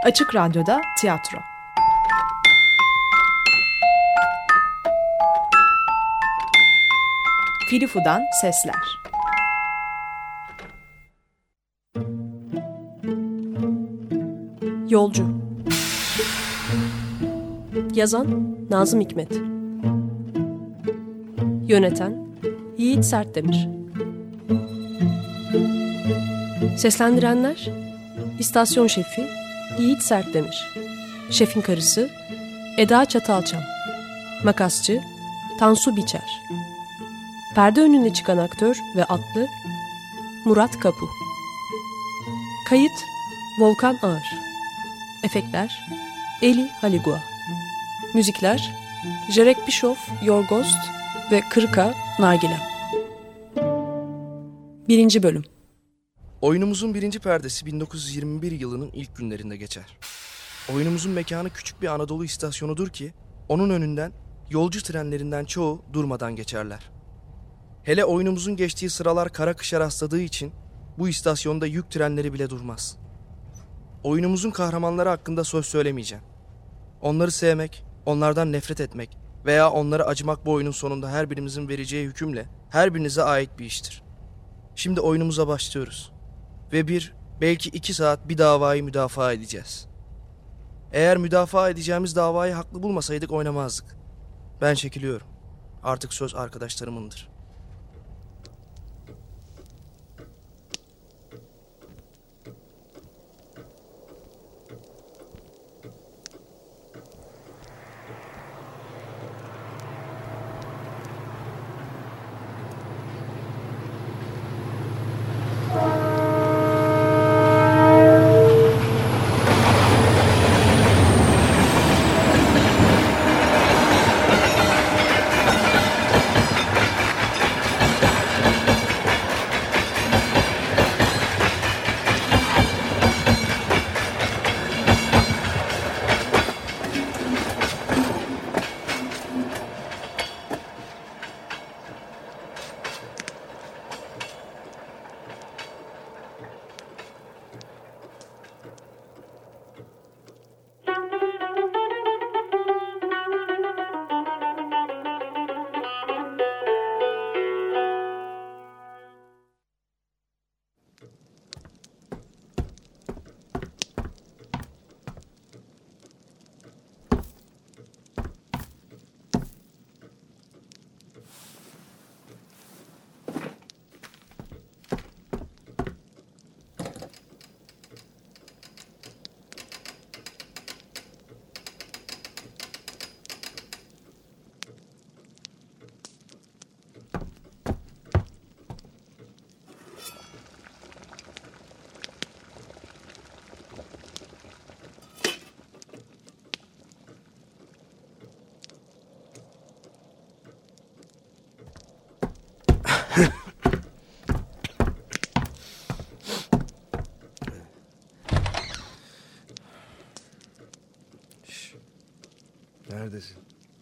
Açık Radyo'da tiyatro. Filifu'dan sesler. Yolcu. Yazan Nazım Hikmet. Yöneten Yiğit Sertdemir. Seslendirenler: İstasyon Şefi Yiğit Sertdemir, Şefin Karısı Eda Çatalçam, Makasçı Tansu Biçer, perde önüne çıkan aktör ve atlı Murat Kapu. Kayıt Volkan Ağır. Efektler Eli Haligua. Müzikler Jarek Bischoff, Yorghost ve Kırka Nargilem. 1. Bölüm. Oyunumuzun birinci perdesi 1921 yılının ilk günlerinde geçer. Oyunumuzun mekanı küçük bir Anadolu istasyonudur ki onun önünden yolcu trenlerinden çoğu durmadan geçerler. Hele oyunumuzun geçtiği sıralar kara kışa rastladığı için bu istasyonda yük trenleri bile durmaz. Oyunumuzun kahramanları hakkında söz söylemeyeceğim. Onları sevmek, onlardan nefret etmek veya onlara acımak bu oyunun sonunda her birimizin vereceği hükümle her birinize ait bir iştir. Şimdi oyunumuza başlıyoruz. Ve belki 2 saat bir davayı müdafaa edeceğiz. Eğer müdafaa edeceğimiz davayı haklı bulmasaydık oynamazdık. Ben çekiliyorum. Artık söz arkadaşlarımındır. Neredesin?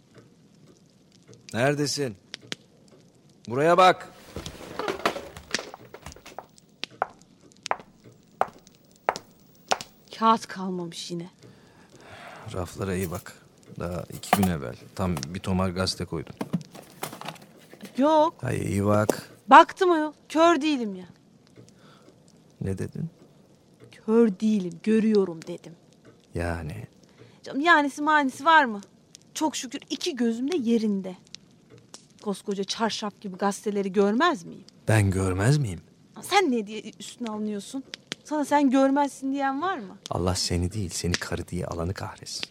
Neredesin? Buraya bak. Kağıt kalmamış yine. Raflara iyi bak. Daha 2 gün evvel tam bir tomar gazete koydum. Yok. Hayır, iyi bak. Baktım ayol. Kör değilim ya. Ne dedin? Kör değilim. Görüyorum dedim. Yani? Canım yanisi manisi var mı? Çok şükür 2 gözüm de yerinde. Koskoca çarşaf gibi gazeteleri görmez miyim? Ben görmez miyim? Sen ne diye üstüne alınıyorsun? Sana sen görmezsin diyen var mı? Allah seni değil, seni karı diye alanı kahretsin.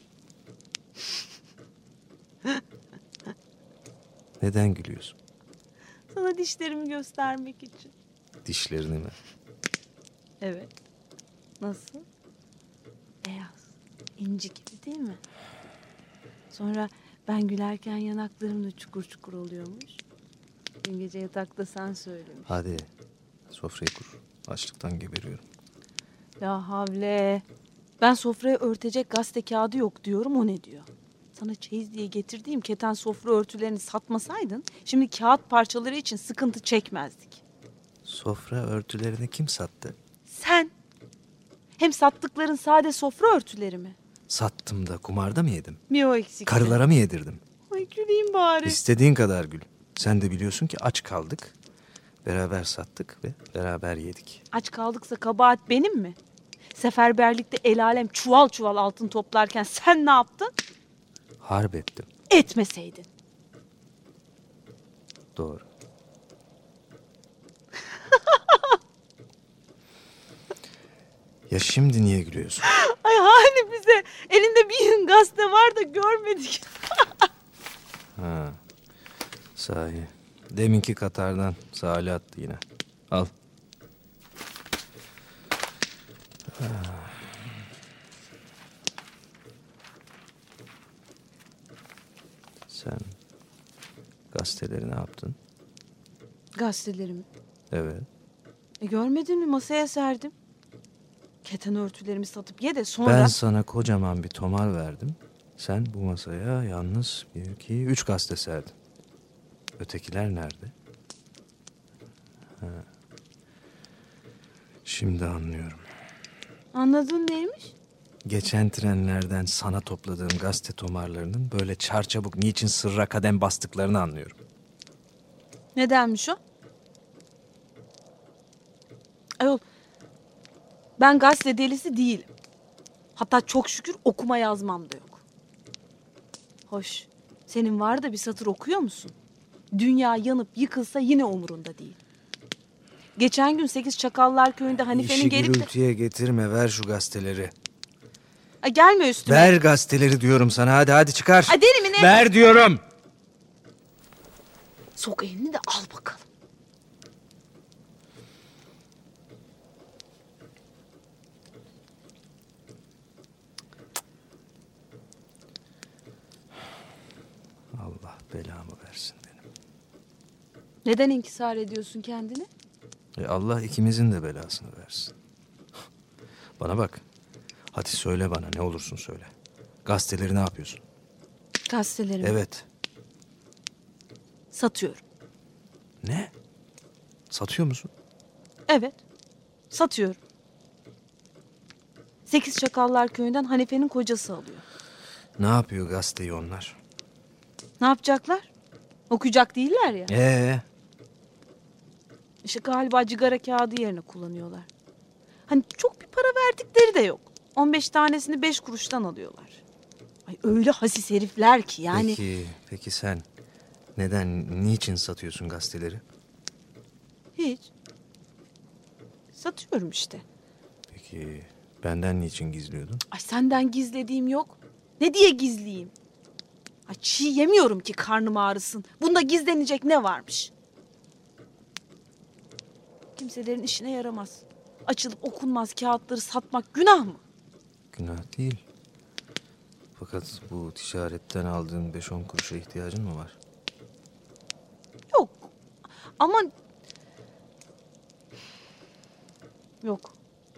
Neden gülüyorsun? Sana dişlerimi göstermek için. Dişlerini mi? Evet. Nasıl? Beyaz. İnci gibi değil mi? Sonra ben gülerken yanaklarım da çukur çukur oluyormuş. Dün gece yatakta sen söylemiş. Hadi sofrayı kur. Açlıktan geberiyorum. Ya havle. Ben sofraya örtecek gazete kağıdı yok diyorum, o ne diyor? Sana çeyiz diye getirdiğim keten sofra örtülerini satmasaydın şimdi kağıt parçaları için sıkıntı çekmezdik. Sofra örtülerini kim sattı? Sen. Hem sattıkların sade sofra örtüleri mi? Sattım da kumarda mı yedim? Bir o eksikti. Karılara mı yedirdim? Ay güleyim bari. İstediğin kadar gül. Sen de biliyorsun ki aç kaldık. Beraber sattık ve beraber yedik. Aç kaldıksa kabahat benim mi? Seferberlikte el alem çuval çuval altın toplarken sen ne yaptın? Harp ettim. Etmeseydin. Doğru. Ya şimdi niye gülüyorsun? Ay hani bize elinde bir yığın gazete var da görmedik. Ha, sahi. Deminki Katar'dan Salih attı yine. Al. Sen gazeteleri ne yaptın? Gazetelerimi. Evet. Görmedin mi, masaya serdim. Keten örtülerimi satıp ye de sonra... Ben sana kocaman bir tomar verdim. Sen bu masaya yalnız 1, 2, 3 gazete serdin. Ötekiler nerede? Ha. Şimdi anlıyorum. Anladın neymiş? Geçen trenlerden sana topladığım gazete tomarlarının böyle çarçabuk niçin sırra kadem bastıklarını anlıyorum. Nedenmiş o? Ayol, ben gazete delisi değilim. Hatta çok şükür okuma yazmam da yok. Hoş, senin var da bir satır okuyor musun? Dünya yanıp yıkılsa yine umurunda değil. Geçen gün 8 Çakallar Köyü'nde Hanife'nin İşi gelip de... gürültüye getirme, ver şu gazeteleri. Ay, gelme üstüme. Ver gazeteleri diyorum sana, hadi çıkar. Ay, deli mi ne? Ver diyorum. Sok elini de al bakalım. Allah belamı versin benim. Neden inkisar ediyorsun kendini? Allah ikimizin de belasını versin. Bana bak. Hadi söyle bana, ne olursun söyle. Gazeteleri ne yapıyorsun? Gazetelerimi Evet. satıyorum. Ne? Satıyor musun? Evet, satıyorum. 8 Çakallar Köyü'nden Hanife'nin kocası alıyor. Ne yapıyor gazeteyi onlar? Ne yapacaklar? Okuyacak değiller ya. İşte galiba cigara kağıdı yerine kullanıyorlar. Hani çok bir para verdikleri de yok. 15 tanesini 5 kuruştan alıyorlar. Ay öyle hasis herifler ki yani. Peki sen niçin satıyorsun gazeteleri? Hiç. Satıyorum işte. Peki benden niçin gizliyordun? Ay senden gizlediğim yok. Ne diye gizleyeyim? Ay çiğ yemiyorum ki karnım ağrısın. Bunda gizlenecek ne varmış? Kimselerin işine yaramaz. Açılıp okunmaz kağıtları satmak günah mı? Günah değil. Fakat bu ticaretten aldığın 5-10 kuruşa ihtiyacın mı var? Yok. Ama... Yok.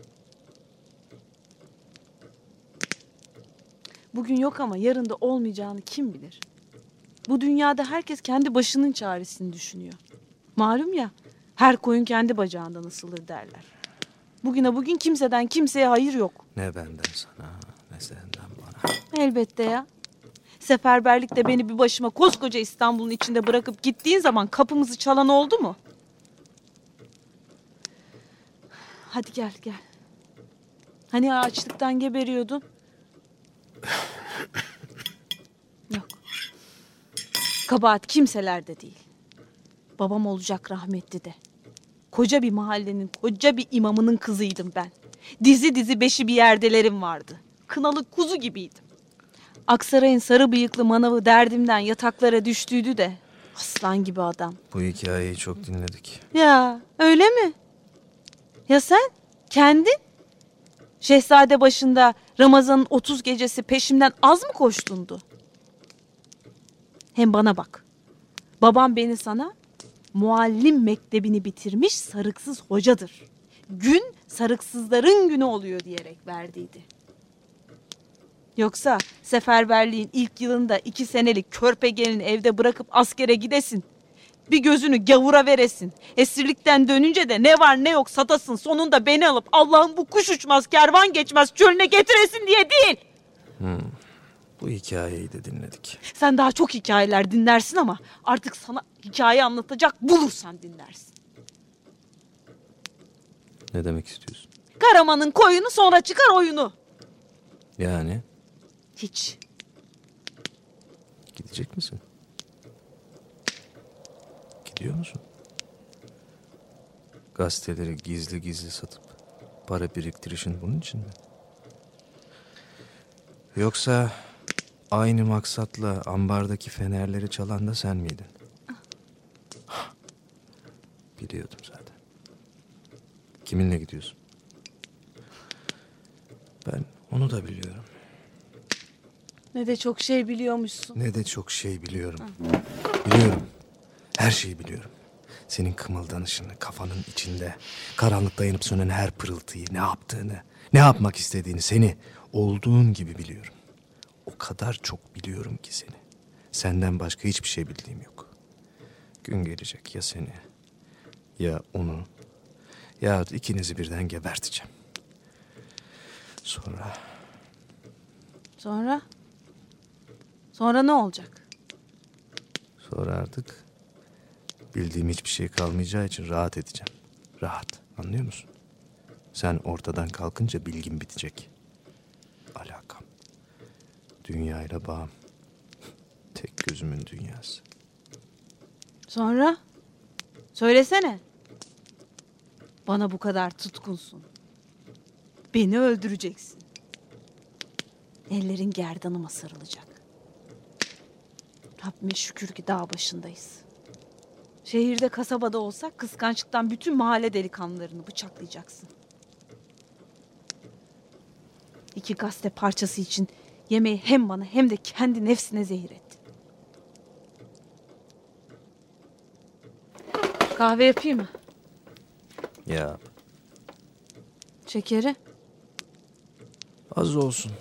Bugün yok ama yarın da olmayacağını kim bilir? Bu dünyada herkes kendi başının çaresini düşünüyor. Malum ya, her koyun kendi bacağından ısılır derler. Bugüne bugün kimseden kimseye hayır yok. Ne benden sana, ne senden bana. Elbette ya. Seferberlikte beni bir başıma koskoca İstanbul'un içinde bırakıp gittiğin zaman kapımızı çalan oldu mu? Hadi gel. Hani açlıktan geberiyordun? Yok. Kabahat kimselerde değil. Babam olacak rahmetli de. Koca bir mahallenin, koca bir imamının kızıydım ben. Dizi beşi bir yerdelerim vardı. Kınalı kuzu gibiydim. Aksaray'ın sarı bıyıklı manavı derdimden yataklara düştüydü de. Aslan gibi adam. Bu hikayeyi çok dinledik. Ya öyle mi? Ya sen? Kendin? Şehzade başında Ramazan'ın 30 gecesi peşimden az mı koştundu? Hem bana bak. Babam beni sana muallim mektebini bitirmiş sarıksız hocadır. Gün sarıksızların günü oluyor diyerek verdiydi. Yoksa seferberliğin ilk yılında 2 senelik körpe gelini evde bırakıp askere gidesin. Bir gözünü gavura veresin. Esirlikten dönünce de ne var ne yok satasın. Sonunda beni alıp Allah'ın bu kuş uçmaz kervan geçmez çölüne getiresin diye değil. Bu hikayeyi de dinledik. Sen daha çok hikayeler dinlersin ama artık sana hikaye anlatacak bulursan dinlersin. Ne demek istiyorsun? Karaman'ın koyunu sonra çıkar oyunu. Yani Hiç. gidecek misin? Gidiyor musun? Gazeteleri gizli gizli satıp para biriktirişin bunun için mi? Yoksa aynı maksatla ambardaki fenerleri çalan da sen miydin? Biliyordum zaten. Kiminle gidiyorsun? Ben onu da biliyorum. Ne de çok şey biliyormuşsun. Ne de çok şey biliyorum. Biliyorum. Her şeyi biliyorum. Senin kımıldanışını, kafanın içinde, karanlıkta yanıp sönen her pırıltıyı, ne yaptığını, ne yapmak istediğini, seni olduğun gibi biliyorum. O kadar çok biliyorum ki seni. Senden başka hiçbir şey bildiğim yok. Gün gelecek ya seni, ya onu, ya ikinizi birden geberteceğim. Sonra Sonra? Sonra ne olacak? Sonra artık bildiğim hiçbir şey kalmayacağı için rahat edeceğim. Rahat. Anlıyor musun? Sen ortadan kalkınca bilgim bitecek. Alakam. Dünyayla bağım. Tek gözümün dünyası. Sonra? Söylesene. Bana bu kadar tutkunsun. Beni öldüreceksin. Ellerin gerdanıma sarılacak. Rabbime şükür ki dağ başındayız. Şehirde kasabada olsak kıskançlıktan bütün mahalle delikanlılarını bıçaklayacaksın. 2 gazete parçası için yemeği hem bana hem de kendi nefsine zehir ettin. Kahve yapayım mı? Ya Şekeri? az olsun.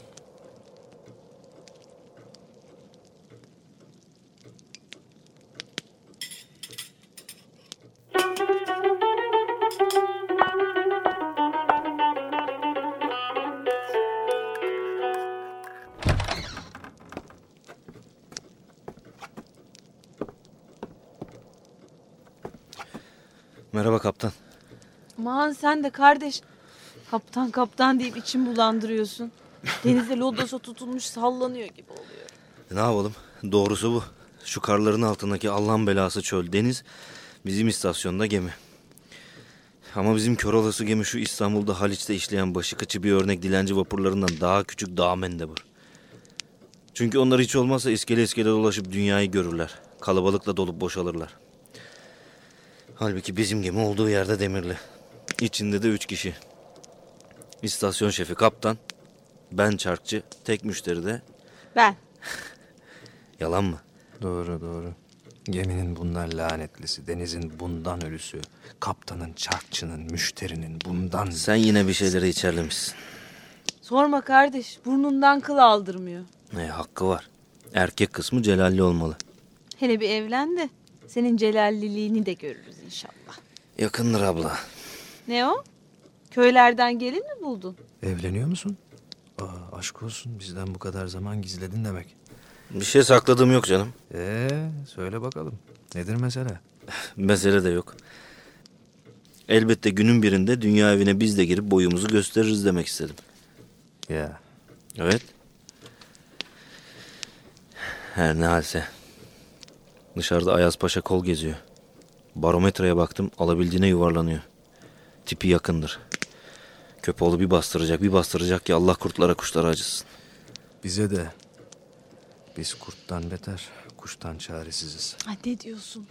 Merhaba kaptan. Aman sen de kardeş. Kaptan kaptan deyip içim bulandırıyorsun. Denizde lodosa tutulmuş sallanıyor gibi oluyor. Ne yapalım? Doğrusu bu. Şu karların altındaki Allah'ın belası çöl, deniz, bizim istasyonda gemi. Ama bizim kör olası gemi şu İstanbul'da Haliç'te işleyen başı kıçı bir örnek dilenci vapurlarından daha küçük, daha mendebur. Çünkü onlar hiç olmazsa iskele iskele dolaşıp dünyayı görürler. Kalabalıkla dolup boşalırlar. Halbuki bizim gemi olduğu yerde demirli. İçinde de 3 kişi. İstasyon şefi kaptan, ben çarkçı, tek müşteri de... Ben. Yalan mı? Doğru doğru. Geminin bundan lanetlisi, denizin bundan ölüsü, kaptanın, çarkçının, müşterinin bundan... Sen yine bir şeyleri içerlemişsin. Sorma kardeş. Burnundan kıl aldırmıyor. Hakkı var. Erkek kısmı celalli olmalı. Hele bir evlen de senin celalliliğini de görürüz inşallah. Yakındır abla. Ne o? Köylerden gelin mi buldun? Evleniyor musun? Aşk olsun, bizden bu kadar zaman gizledin demek. Bir şey sakladığım yok canım. Söyle bakalım. Nedir mesele? Mesele de yok. Elbette günün birinde dünya evine biz de girip boyumuzu gösteririz demek istedim. Ya Evet. Her ne halse. Dışarıda Ayaz Paşa kol geziyor. Barometreye baktım, alabildiğine yuvarlanıyor. Tipi yakındır. Köpoğlu bir bastıracak ki Allah kurtlara kuşlara acısın. bize de. Biz kurttan beter, kuştan çaresiziz. Ay ne diyorsun?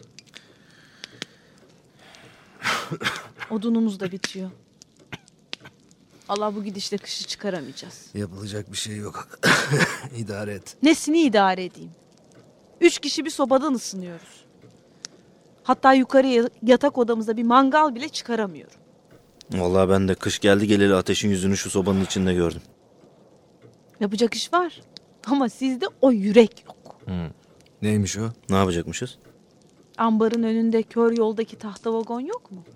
Odunumuz da bitiyor. Allah bu gidişle kışı çıkaramayacağız. Yapılacak bir şey yok. İdare et. Nesini idare edeyim? 3 kişi bir sobadan ısınıyoruz. Hatta yukarıya yatak odamıza bir mangal bile çıkaramıyorum. Vallahi ben de kış geldi geleli ateşin yüzünü şu sobanın içinde gördüm. Yapacak iş var. Ama sizde o yürek yok. Neymiş o? Ne yapacakmışız? Ambarın önünde kör yoldaki tahta vagon yok mu?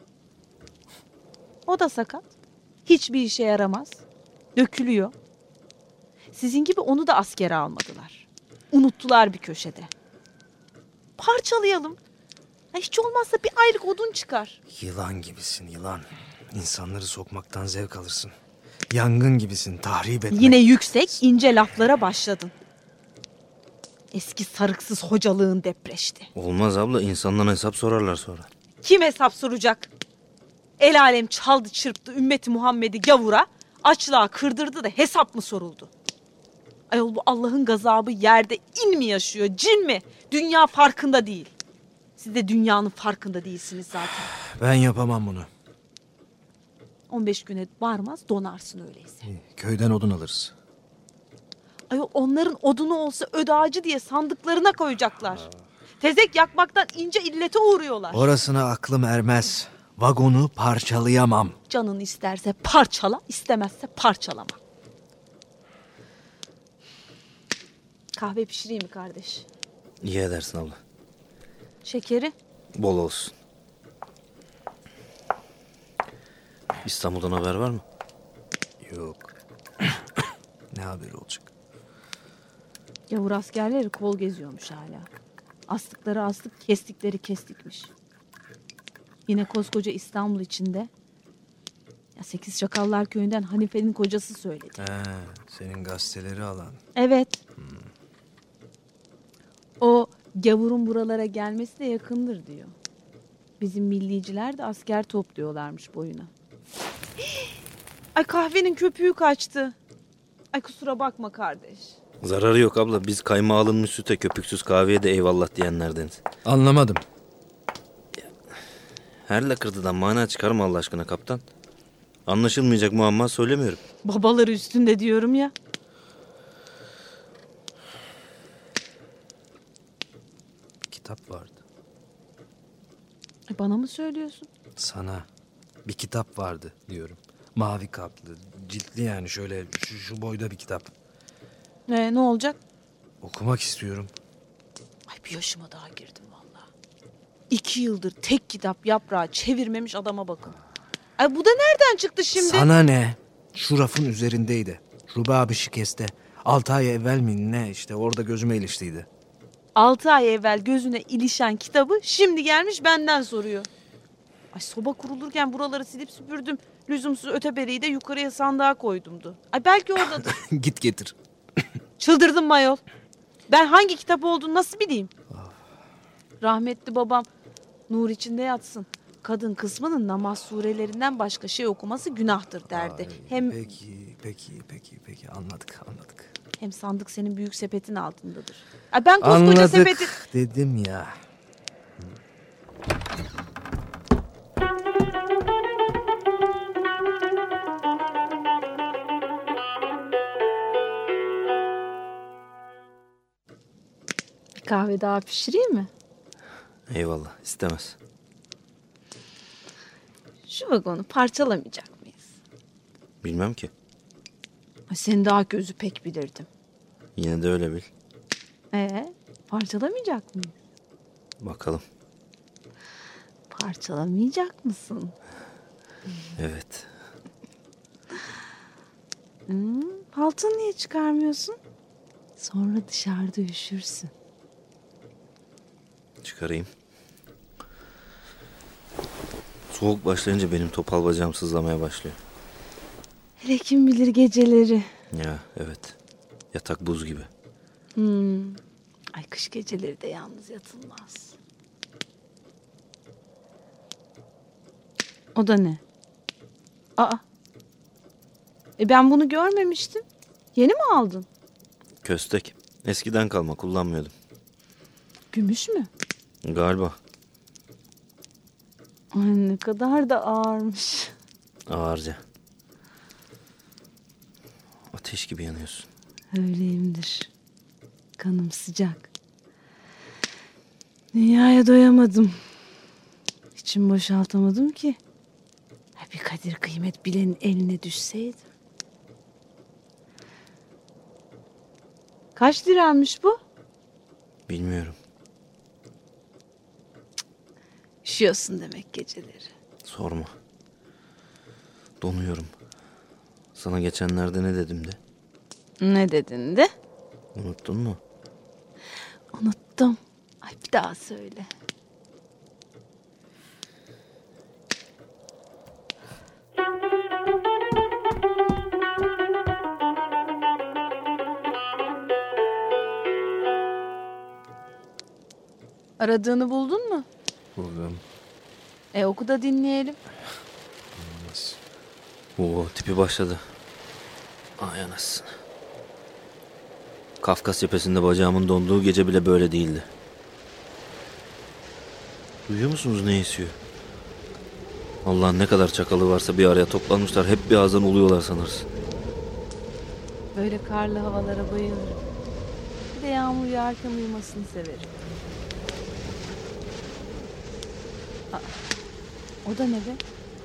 O da sakat. Hiçbir işe yaramaz. Dökülüyor. Sizin gibi onu da askere almadılar. Unuttular bir köşede. Parçalayalım. Hiç olmazsa bir aylık odun çıkar. Yılan gibisin yılan. İnsanları sokmaktan zevk alırsın. Yangın gibisin, tahrip etmek. Yine yüksek, ince laflara başladın. Eski sarıksız hocalığın depreşti. Olmaz abla, insandan hesap sorarlar sonra. Kim hesap soracak? El alem çaldı çırptı ümmeti Muhammed'i gavura, açlığa kırdırdı da hesap mı soruldu? Ayol, bu Allah'ın gazabı yerde in mi yaşıyor, cin mi? Dünya farkında değil. Siz de dünyanın farkında değilsiniz zaten. Ben yapamam bunu. 15 güne varmaz donarsın öyleyse. Köyden odun alırız. Ayol, onların odunu olsa öde ağacı diye sandıklarına koyacaklar. Tezek yakmaktan ince illete uğruyorlar. Orasına aklım ermez. Vagonu parçalayamam. Canın isterse parçala, istemezse parçalama. Kahve pişireyim mi kardeş? İyi edersin abla. Şekeri? Bol olsun. İstanbul'dan haber var mı? Yok. Ne haberi olacak? Yavur askerleri kol geziyormuş hala. Astıkları astık, kestikleri kestikmiş. Yine koskoca İstanbul içinde. Ya 8 Çakallar Köyü'nden Hanife'nin kocası söyledi. Senin gazeteleri alan. Evet. O gavurun buralara gelmesi de yakındır diyor. Bizim milliciler de asker topluyorlarmış boyuna. Ay, kahvenin köpüğü kaçtı. Ay, kusura bakma kardeş. Zararı yok abla. Biz kaymağı alınmış süte, köpüksüz kahveye de eyvallah diyenlerdeniz. Anlamadım. Her lakırdıdan mana çıkarma Allah aşkına kaptan. Anlaşılmayacak muamma söylemiyorum. Babaları üstünde diyorum ya. Kitap vardı. Bana mı söylüyorsun? Sana bir kitap vardı diyorum. Mavi kaplı, ciltli, yani şöyle şu boyda bir kitap. Ne olacak? Okumak istiyorum. Ay, bir yaşıma daha girdim vallahi. 2 yıldır tek kitap yaprağı çevirmemiş adama bakın. Ay, bu da nereden çıktı şimdi? Sana ne? Şu rafın üzerindeydi. Rubabi şikeste. 6 ay evvel mi ne, işte orada gözüme iliştiydi. 6 ay evvel gözüne ilişen kitabı şimdi gelmiş benden soruyor. Ay, soba kurulurken buraları silip süpürdüm. Lüzumsuz öteberiyi de yukarıya sandığa koydumdu. Ay, belki oradadır. Git getir. Çıldırdım mayol. Ben hangi kitap olduğunu nasıl bileyim? Rahmetli babam nur içinde yatsın. Kadın kısmının namaz surelerinden başka şey okuması günahtır derdi. Peki anladık. Hem sandık senin büyük sepetin altındadır. Ay, ben koskoca Anladık sepeti... dedim ya. Bir kahve daha pişireyim mi? Eyvallah, istemez. Şu vagonu parçalamayacak mıyız? Bilmem ki. Ay, seni daha gözü pek bilirdim. Yine de öyle bil. Parçalamayacak mıyız? Bakalım. Parçalamayacak mısın? Evet. Paltonu niye çıkarmıyorsun? Sonra dışarıda üşürsün. Çıkarayım. Soğuk başlayınca benim topal bacağım sızlamaya başlıyor. Hele kim bilir geceleri. Ya evet. Yatak buz gibi. Ay, kış geceleri de yalnız yatılmaz. O da ne? Ben bunu görmemiştim. Yeni mi aldın? Köstek. Eskiden kalma, kullanmıyordum. Gümüş mü? Galiba. Ay, ne kadar da ağırmış. Ağırca. Ateş gibi yanıyorsun. Öyleyimdir. Kanım sıcak. Dünyaya doyamadım. İçim boşaltamadım ki. Bir kadir kıymet bilenin eline düşseydim. Kaç liraymış bu? Bilmiyorum. Üşüyorsun demek geceleri. Sorma. Donuyorum. Sana geçenlerde ne dedim de? Ne dedin de? Unuttun mu? Unuttum. Ay bir daha söyle. Aradığını buldun mu? Buldum. Oku da dinleyelim. Oo, tipi başladı. Ay anasını. Kafkas cephesinde bacağımın donduğu gece bile böyle değildi. Duyuyor musunuz ne esiyor? Allah'ın ne kadar çakalı varsa bir araya toplanmışlar. Hep bir ağızdan uluyorlar sanırsın. Böyle karlı havalara bayılırım. Bir de yağmur yağarken uyumasını severim. Aa, o da ne be?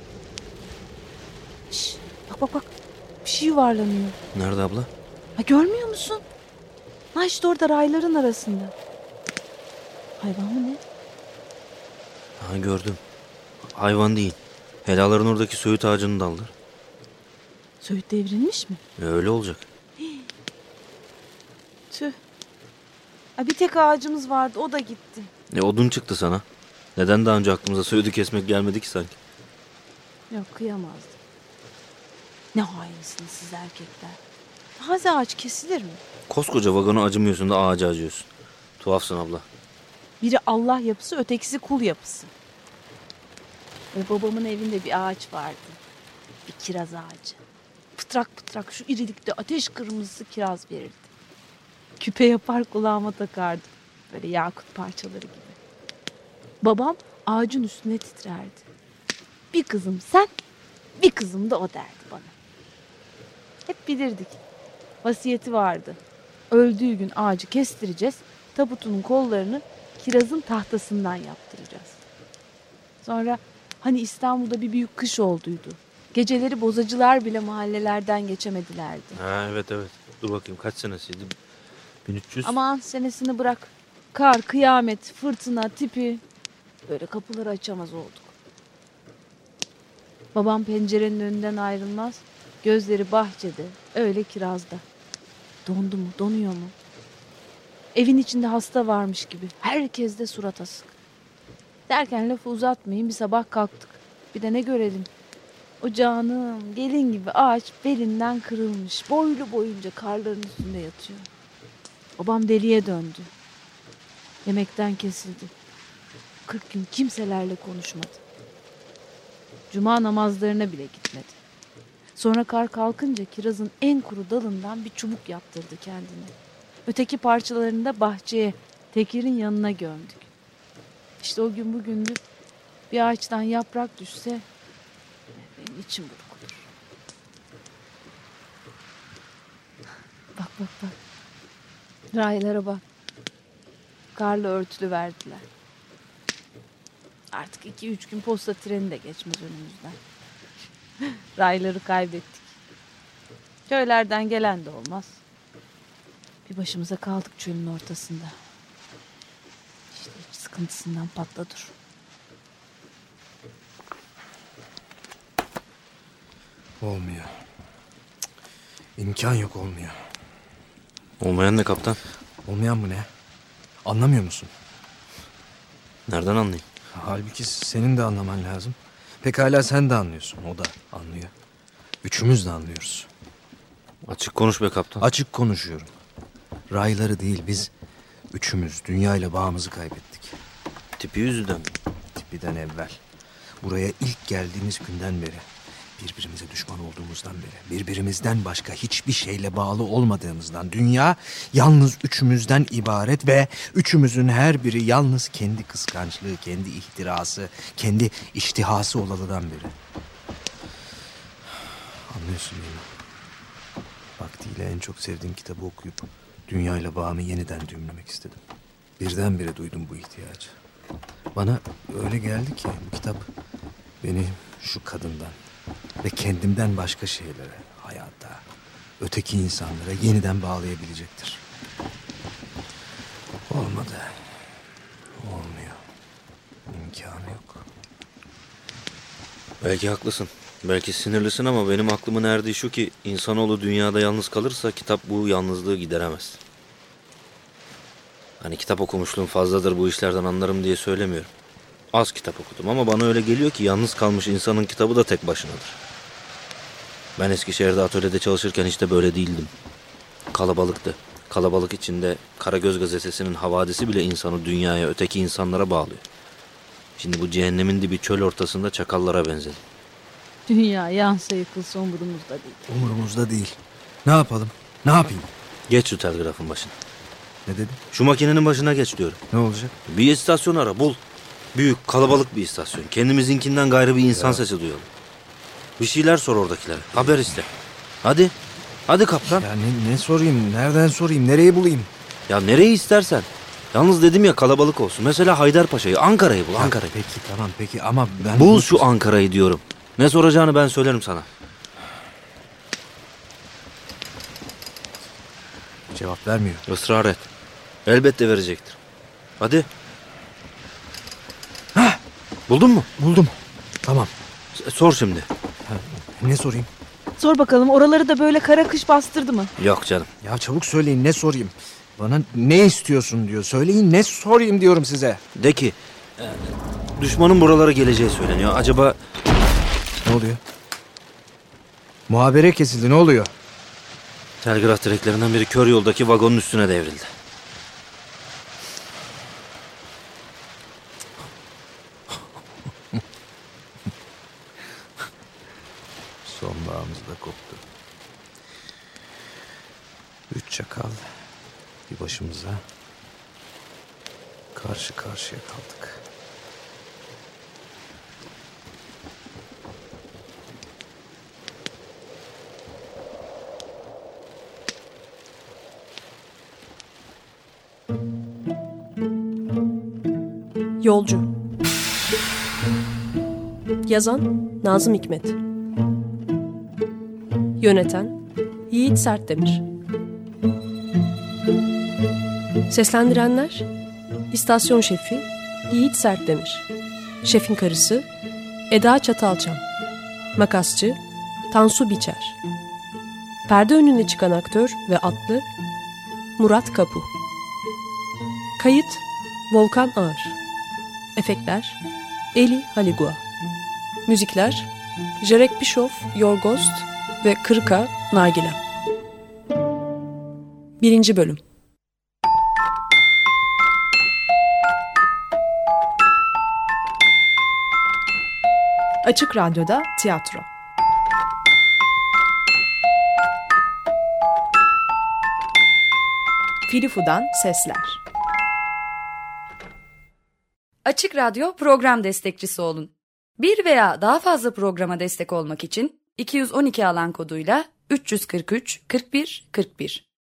Şş, bak. Bir şey yuvarlanıyor. Nerede abla? Ha, görmüyor musun? Ha işte orada rayların arasında. Hayvan mı ne? Ha gördüm. Hayvan değil. Helaların oradaki söğüt ağacının dalları. Söğüt devrilmiş mi? Öyle olacak. Tüh. Ha, bir tek ağacımız vardı, o da gitti. Odun çıktı sana. Neden daha önce aklımıza söğüdü kesmek gelmedi ki sanki? Yok, kıyamazdım. Ne hainsiniz siz erkekler. Taze ağaç kesilir mi? Koskoca vagona acımıyorsun da ağaca acıyorsun. Tuhafsın abla. Biri Allah yapısı, ötekisi kul yapısı. Ve babamın evinde bir ağaç vardı. Bir kiraz ağacı. Pıtrak pıtrak şu irilikte ateş kırmızısı kiraz verirdi. Küpe yapar kulağıma takardım. Böyle yakut parçaları gibi. Babam ağacın üstüne titrerdi. Bir kızım sen, bir kızım da o derdi bana. Hep bilirdik. Vasiyeti vardı. Öldüğü gün ağacı kestireceğiz. Tabutunun kollarını kirazın tahtasından yaptıracağız. Sonra hani İstanbul'da bir büyük kış olduydu. Geceleri bozacılar bile mahallelerden geçemedilerdi. Ha, evet. Dur bakayım kaç senesiydi? 1300. Aman senesini bırak. Kar, kıyamet, fırtına, tipi. Böyle kapıları açamaz olduk. Babam pencerenin önünden ayrılmaz. Gözleri bahçede, öyle kirazda. Dondu mu, donuyor mu? Evin içinde hasta varmış gibi. Herkes de surat asık. Derken lafı uzatmayın, bir sabah kalktık. Bir de ne görelim? O canım gelin gibi ağaç belinden kırılmış. Boylu boyunca karların üstünde yatıyor. Babam deliye döndü. Yemekten kesildi. 40 gün kimselerle konuşmadı. Cuma namazlarına bile gitmedi. Sonra kar kalkınca kirazın en kuru dalından bir çubuk yaptırdı kendine. Öteki parçalarını da bahçeye, Tekir'in yanına gömdük. İşte o gün bugündür bir ağaçtan yaprak düşse benim içim burkulur. Bak. Raylara bak. Karla örtülü verdiler. Artık 2-3 gün posta treni de geçmez önümüzden. Rayları kaybettik. Köylerden gelen de olmaz. Bir başımıza kaldık çölün ortasında. İşte hiç sıkıntısından patladır. Olmuyor. İmkan yok, olmuyor. Olmayan ne kaptan? Olmayan mı ne? Anlamıyor musun? Nereden anlayayım? Halbuki senin de anlaman lazım. Pekala sen de anlıyorsun, o da anlıyor. Üçümüz de anlıyoruz. Açık konuş be kaptan. Açık konuşuyorum. Rayları değil, biz üçümüz dünyayla bağımızı kaybettik. Tipi yüzünden mi? Tipiden evvel. Buraya ilk geldiğimiz günden beri, birbirimize düşman olduğumuzdan beri, birbirimizden başka hiçbir şeyle bağlı olmadığımızdan, dünya yalnız üçümüzden ibaret ve üçümüzün her biri yalnız kendi kıskançlığı, kendi ihtirası, kendi iştihası olalıdan beri. Anlıyorsun değil mi? Vaktiyle en çok sevdiğim kitabı okuyup dünyayla bağımı yeniden düğümlemek istedim. Birdenbire duydum bu ihtiyacı. Bana öyle geldi ki bu kitap beni şu kadından ve kendimden başka şeylere, hayata, öteki insanlara yeniden bağlayabilecektir. Olmadı. Olmuyor. İmkanı yok. Belki haklısın. Belki sinirlisin ama benim aklımın erdiği şu ki insanoğlu dünyada yalnız kalırsa kitap bu yalnızlığı gideremez. Hani kitap okumuşluğum fazladır bu işlerden anlarım diye söylemiyorum. Az kitap okudum ama bana öyle geliyor ki yalnız kalmış insanın kitabı da tek başınadır. Ben Eskişehir'de atölyede çalışırken hiç de böyle değildim. Kalabalıktı. Kalabalık içinde Karagöz gazetesinin havadisi bile insanı dünyaya, öteki insanlara bağlıyor. Şimdi bu cehennemin dibi çöl ortasında çakallara benzedim. Dünya yansa yıkılsa umurumuzda değil. Umurumuzda değil. Ne yapalım? Ne yapayım? Geç şu telgrafın başına. Ne dedin? Şu makinenin başına geç diyorum. Ne olacak? Bir istasyon ara bul. Büyük, kalabalık bir istasyon. Kendimizinkinden gayrı bir insan sesi duyalım. Bir şeyler sor oradakilere. Haber iste. Hadi. Hadi kaptan. Ya ne sorayım? Nereden sorayım? Nereyi bulayım? Ya nereyi istersen. Yalnız dedim ya kalabalık olsun. Mesela Haydarpaşa'yı, Ankara'yı bul. Ya Ankara'yı. Peki tamam peki ama ben... Bul şu Ankara'yı diyorum. Ne soracağını ben söylerim sana. Cevap vermiyor. Israr et. Elbette verecektir. Hadi. Buldun mu? Buldum. Tamam. Sor şimdi. Ne sorayım? Sor bakalım, oraları da böyle kara kış bastırdı mı? Yok canım. Ya çabuk söyleyin, ne sorayım? Bana ne istiyorsun diyor. Söyleyin, ne sorayım diyorum size. De ki düşmanın buralara geleceği söyleniyor. Acaba Ne oluyor? Muhabere kesildi, ne oluyor? telgraf direklerinden biri kör yoldaki vagonun üstüne devrildi. Sonbağımız da koptu. 3 çakal bir başımıza karşı karşıya kaldık. Yolcu. Yazan Nazım Hikmet. Yöneten Yiğit Sertdemir. Seslendirenler: İstasyon Şefi Yiğit Sertdemir, Şefin Karısı Eda Çatalçam, Makasçı Tansu Biçer, perde önüne çıkan aktör ve atlı Murat Kapu. Kayıt Volkan Ağır. Efektler Eli Haligua. Müzikler Jarek Bischoff, Yorgost ve Kırka Nargile. 1. Bölüm. Açık Radyo'da tiyatro. Filifu'dan sesler. Açık Radyo program destekçisi olun. Bir veya daha fazla programa destek olmak için 212 alan koduyla 343 41 41